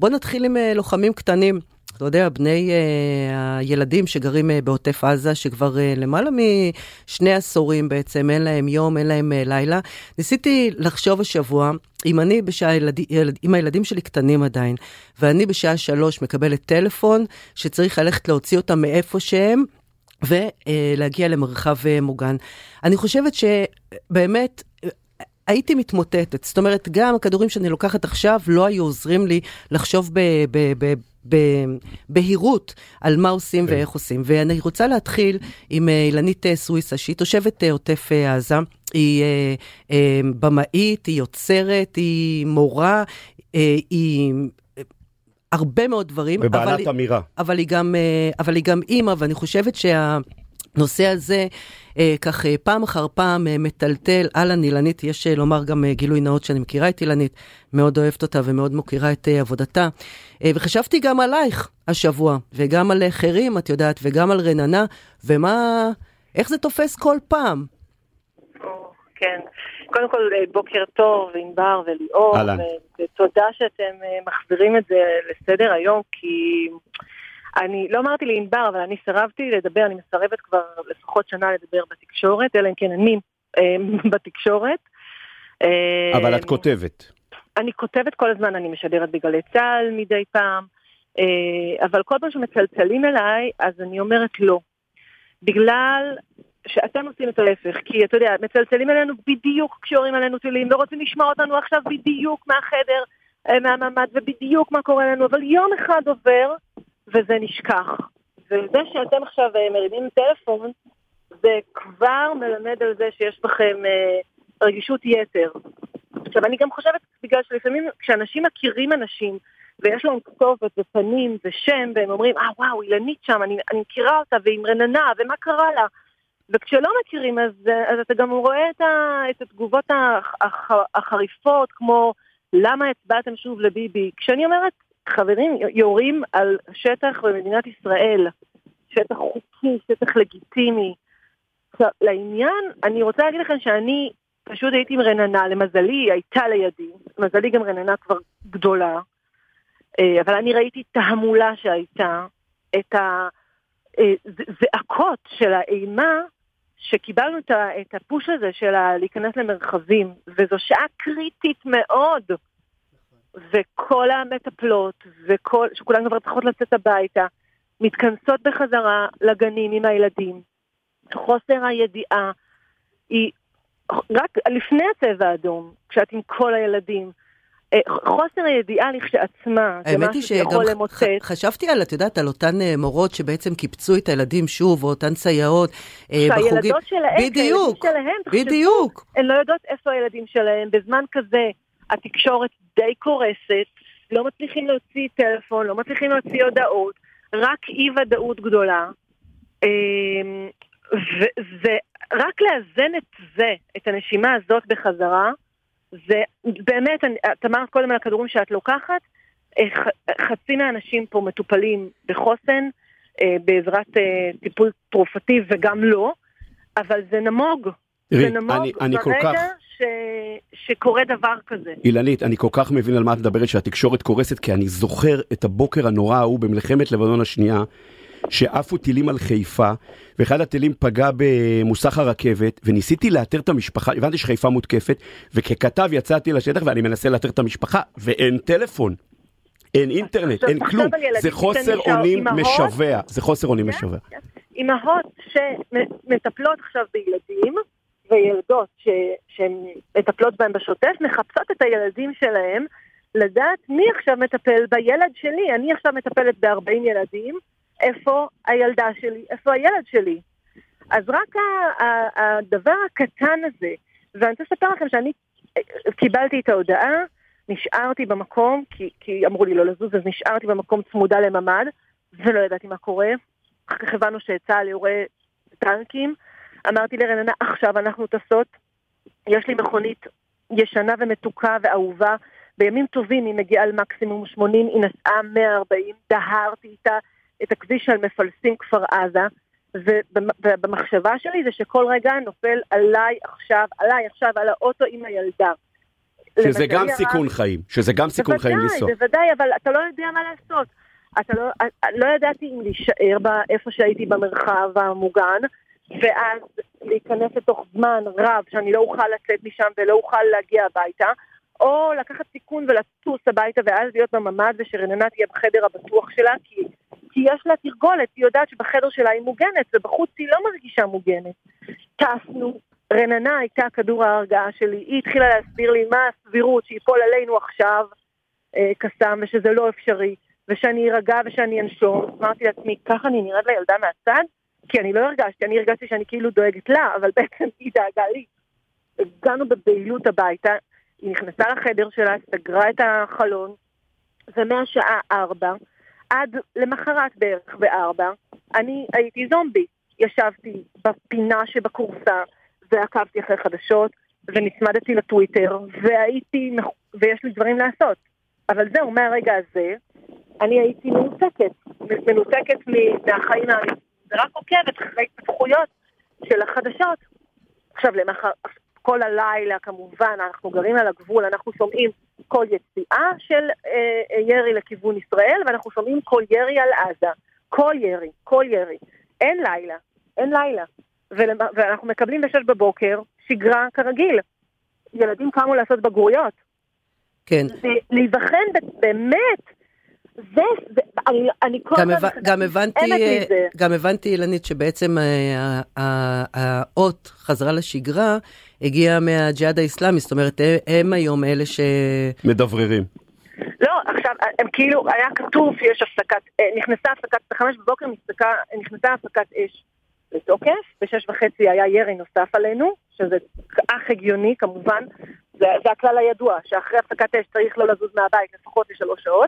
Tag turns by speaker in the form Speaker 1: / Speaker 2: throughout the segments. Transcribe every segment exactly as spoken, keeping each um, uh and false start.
Speaker 1: בוא נתחיל עם לוחמים קטנים. אתה יודע, בני uh, הילדים שגרים uh, בעוטף עזה, שכבר uh, למעלה משני עשורים בעצם, אין להם יום, אין להם uh, לילה. ניסיתי לחשוב השבוע, אם אני בשעה, ילד, ילד, אם הילדים שלי קטנים עדיין, ואני בשעה שלוש מקבלת טלפון, שצריך ללכת להוציא אותם מאיפה שהם, ולהגיע למרחב uh, מוגן. אני חושבת שבאמת, הייתי מתמוטטת. זאת אומרת, גם הכדורים שאני לוקחת עכשיו, לא היו עוזרים לי לחשוב ב... ב, ב בהירות על מה עושים ואיך עושים. ואני רוצה להתחיל עם אילנית סוויסה, שהיא תושבת עוטף עזה, היא במאית, היא יוצרת, היא מורה, היא הרבה מאוד דברים.
Speaker 2: ובעלת אמירה.
Speaker 1: אבל היא גם, אבל היא גם אימא, ואני חושבת שהנושא הזה, כך פעם אחר פעם מטלטל על אילנית, יש לומר גם גילוי נאות שאני מכירה את אילנית, מאוד אוהבת אותה ומאוד מוכירה את עבודתה, וחשבתי גם עלייך השבוע, וגם על אחרים, את יודעת, וגם על רננה, ומה, איך זה תופס כל פעם?
Speaker 3: כן, קודם כל בוקר טוב, ענבר וליאור, ותודה שאתם מחזירים את זה לסדר היום, כי אני לא אמרתי לענבר, אבל אני סרבתי לדבר, אני מסרבת כבר לפחות שנה לדבר בתקשורת, אלא אם כן אני אה, בתקשורת.
Speaker 2: אבל את כותבת.
Speaker 3: אני כותבת כל הזמן, אני משדרת בגלי צהל מדי פעם, אה, אבל כל פעם שמצלצלים אליי, אז אני אומרת לא. בגלל שאתם עושים את ההפך, כי אתה יודע, מצלצלים אלינו בדיוק כשיורים עלינו טילים, לא רוצים לשמוע אותנו עכשיו בדיוק מהחדר, אה, מהממד, ובדיוק מה קורה לנו, אבל יום אחד עובר, וזה נשכח. וזה שאתם עכשיו מרימים טלפון, זה כבר מלמד על זה שיש בכם אה, רגישות יתר. עכשיו, אני גם חושבת, בגלל שלפעמים כשאנשים מכירים אנשים, ויש להם כתובת ופנים ושם, והם אומרים, אה וואו, אילנית שם, אני, אני מכירה אותה, ועם רננה, ומה קרה לה? וכשלא מכירים, אז, אז אתה גם רואה את, ה, את התגובות הח, הח, החריפות, כמו, למה הצבעתם שוב לביבי? כשאני אומרת, חברים, יורים על שטח במדינת ישראל, שטח חוקי, שטח לגיטימי. לעניין, אני רוצה להגיד לכם שאני פשוט הייתי עם רננה, למזלי היא הייתה לידי, למזלי גם רננה כבר גדולה, אבל אני ראיתי את ההמולה שהייתה, את הזעקות של האימה, שקיבלנו את הפוש הזה של להיכנס למרחבים, וזו שעה קריטית מאוד, וכל המטפלות, וכל, שכולן כבר צריכות לצאת הביתה, מתכנסות בחזרה לגנים עם הילדים. חוסר הידיעה היא רק לפני הצבע האדום, כשאת עם כל הילדים, חוסר הידיעה לכשעצמה, זה משהו שיכול למוצץ.
Speaker 1: חשבתי על, את יודעת, על אותן מורות שבעצם קיפצו את הילדים שוב, או אותן סייעות בחוגים.
Speaker 3: שהילדות שלהם,
Speaker 1: בדיוק, בדיוק.
Speaker 3: הן לא יודעות איפה הילדים שלהם, בזמן כזה, התקשורת די קורסת, לא מצליחים להוציא טלפון, לא מצליחים להוציא הודעות, רק אי ודאות גדולה, וזה רק לאזן את זה, את הנשימה הזאת בחזרה, זה באמת, את אמרת קודם על הכדורים שאת לוקחת, חצי מהאנשים פה מטופלים בחוסן, בעזרת טיפול תרופתי וגם לא, אבל זה נמוג, זה נמוג ברגע ש... שקורה דבר כזה.
Speaker 2: אילנית, אני כל כך מבין על מה את מדברת שהתקשורת קורסת, כי אני זוכר את הבוקר הנורא ההוא במלחמת לבנון השנייה, שעפו טילים על חיפה, ואחד הטילים פגע במוסך הרכבת, וניסיתי לאתר את המשפחה, הבנתי שחיפה מותקפת, וככתב יצאתי לשטח ואני מנסה לאתר את את ואין טלפון, אין אינטרנט, אין כלום, זה חוסר אונים משווע, זה חוסר אונים משווע.
Speaker 3: אמהות שמטפלות עכשיו בילדים, וילדות שהן מטפלות בהם בשוטף, מחפשות את הילדים שלהם, לדעת מי עכשיו מטפל בילד שלי, אני עכשיו מטפלת ב-ארבעים ילדים, איפה הילדה שלי, איפה הילד שלי. אז רק הדבר הקטן הזה, ואני רוצה לספר לכם שאני קיבלתי את ההודעה, נשארתי במקום, כי, כי אמרו לי לא לזוז, אז נשארתי במקום צמודה לממד, ולא ידעתי מה קורה. אחר כך הבנו שצה"ל יורה טנקים, אמרתי לרננה, עכשיו אנחנו טסות, יש לי מכונית ישנה ומתוקה ואהובה, בימים טובים היא מגיעה על מקסימום שמונים, היא נסעה מאה וארבעים, דהרתי איתה את הכביש על מפלסים כפר עזה, ובמחשבה שלי זה שכל רגע נופל עליי עכשיו, עליי עכשיו, על האוטו עם הילדה.
Speaker 2: שזה גם סיכון חיים, שזה גם סיכון חיים לנסוע.
Speaker 3: בוודאי, בוודאי, אבל אתה לא יודע מה לעשות. אתה לא, לא ידעתי אם להישאר באיפה שהייתי במרחב המוגן, ואז להיכנס לתוך זמן רב שאני לא אוכל לצאת משם ולא אוכל להגיע הביתה, או לקחת סיכון ולטוס הביתה ואז להיות בממד ושרננה תהיה בחדר הבטוח שלה, כי, כי יש לה תרגולת, היא יודעת שבחדר שלה היא מוגנת, ובחוץ היא לא מרגישה מוגנת. טסנו, רננה הייתה כדור ההרגעה שלי, היא התחילה להסביר לי מה הסבירות שיפול עלינו עכשיו אה, קסם, ושזה לא אפשרי, ושאני ארגע ושאני אנשום. אמרתי לעצמי, ככה אני נראית לילדה מהצד? כי אני לא הרגשתי, אני הרגשתי שאני כאילו דואגת לה, אבל בעצם היא דאגה לי. הגענו בבהילות הביתה, היא נכנסה לחדר שלה, סגרה את החלון, ומהשעה ארבע, עד למחרת בערך בארבע, אני הייתי זומבי. ישבתי בפינה שבקורסה, ועקבתי אחרי חדשות, ונצמדתי לטוויטר, והייתי, ויש לי דברים לעשות. אבל זהו, מהרגע הזה, אני הייתי מנותקת, מנותקת מהחיים האמיתיים. זה רק עוקבת אחרי התפתחויות של החדשות. עכשיו, למחר, כל הלילה, כמובן, אנחנו גרים על הגבול, אנחנו שומעים כל יציאה של אה, ירי לכיוון ישראל, ואנחנו שומעים כל ירי על עזה. כל ירי, כל ירי. אין לילה, אין לילה. ולמה, ואנחנו מקבלים בשש בבוקר שגרה כרגיל. ילדים קמו לעשות בגרויות.
Speaker 1: כן.
Speaker 3: להיבחן באמת, זה, זה, אני, אני כל
Speaker 1: גם, הבנ, גם הבנתי, גם הבנתי, אילנית, שבעצם האות חזרה לשגרה הגיעה מהג'יהאד האסלאמי, זאת אומרת, הם היום אלה ש...
Speaker 2: מדבררים.
Speaker 3: לא, עכשיו, הם כאילו, היה כתוב שיש הפסקת, נכנסה הפסקת, בחמש בבוקר נכנסה הפסקת אש לתוקף, בשש וחצי היה ירי נוסף עלינו, שזה אך הגיוני, כמובן, זה, זה הכלל הידוע, שאחרי הפסקת אש צריך לא לזוז מהבית לפחות לשלוש שעות,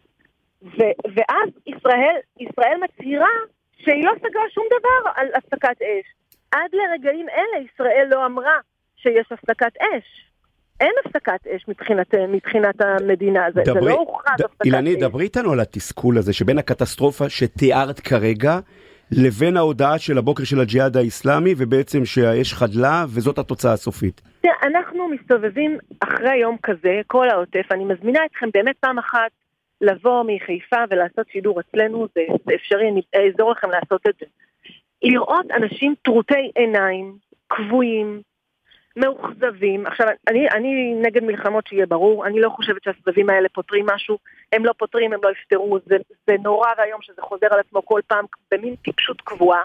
Speaker 3: ו- ואז ישראל, ישראל מצהירה שהיא לא סגרה שום דבר על הפסקת אש. עד לרגעים אלה ישראל לא אמרה שיש הפסקת אש. אין הפסקת אש מבחינת, מבחינת המדינה. זה, דברי, זה לא הוכרז ד- הפסקת
Speaker 2: אילני,
Speaker 3: אש.
Speaker 2: דברי איתנו על התסכול הזה שבין הקטסטרופה שתיארת כרגע לבין ההודעה של הבוקר של הג'יהאד האסלאמי, ובעצם שהאש חדלה וזאת התוצאה הסופית.
Speaker 3: אנחנו מסתובבים אחרי יום כזה, כל העוטף, אני מזמינה אתכם באמת פעם אחת לבוא מחיפה ולעשות שידור אצלנו, זה, זה אפשרי, אני אעזור לכם לעשות את זה. לראות אנשים טרוטי עיניים, קבועים, מאוכזבים. עכשיו, אני, אני נגד מלחמות שיהיה ברור, אני לא חושבת שהסבבים האלה פותרים משהו, הם לא פותרים, הם לא יפתרו, זה, זה נורא והיום שזה חוזר על עצמו כל פעם במין טיפשות קבועה.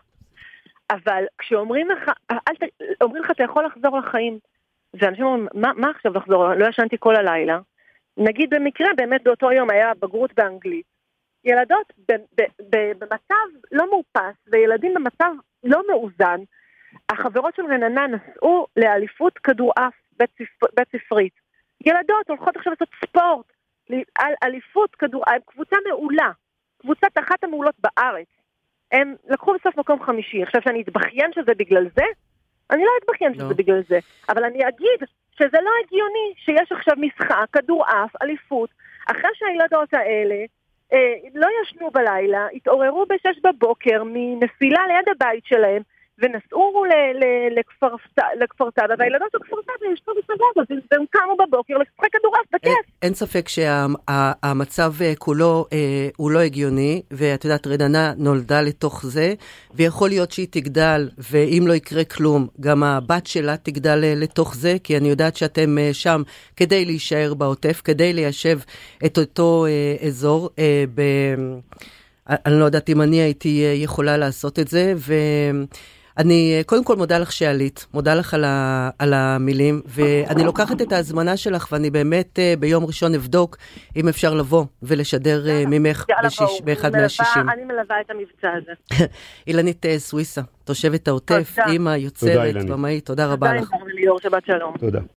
Speaker 3: אבל כשאומרים לך, אל ת, אומרים לך, אתה יכול לחזור לחיים, ואנשים אומרים, מה, מה עכשיו לחזור? לא ישנתי כל הלילה. נגיד במקרה, באמת באותו יום היה בגרות באנגלית. ילדות ב- ב- ב- במצב לא מאופס, וילדים במצב לא מאוזן. החברות של רננה נסעו לאליפות כדורעף בית, ספר, בית ספרית. ילדות הולכות עכשיו לעשות ספורט, על אליפות כדורעף, קבוצה מעולה. קבוצת אחת המעולות בארץ. הם לקחו בסוף מקום חמישי. עכשיו שאני אתבחיין שזה בגלל זה, אני לא אתבחיין שזה בגלל זה. אבל אני אגיד שזה לא הגיוני שיש עכשיו משחק, כדורעף, אליפות, אחרי שהילדות האלה אה, לא ישנו בלילה, התעוררו בשש בבוקר מנפילה ליד הבית שלהם, ונסעו לכפר סבא, והילדות של כפר סבא ישנו בסבבה, והם קמו בבוקר לשחק כדורעף בכיף.
Speaker 1: אין ספק שהמצב כולו הוא לא הגיוני, ואת יודעת, רננה נולדה לתוך זה, ויכול להיות שהיא תגדל, ואם לא יקרה כלום, גם הבת שלה תגדל לתוך זה, כי אני יודעת שאתם שם כדי להישאר בעוטף, כדי ליישב את אותו אזור, אני לא יודעת אם אני הייתי יכולה לעשות את זה, ו... אני קודם כל מודה לך שעלית, מודה לך על, ה, על המילים, ואני לוקחת את ההזמנה שלך, ואני באמת ביום ראשון אבדוק אם אפשר לבוא ולשדר ממך בשיש, באחד מהשישים.
Speaker 3: אני מלווה את המבצע הזה.
Speaker 1: אילנית סוויסה, תושבת העוטף, אימא, יוצרת, במאית, תודה רבה לך.
Speaker 3: תודה, ליאור, שבת שלום.
Speaker 2: תודה.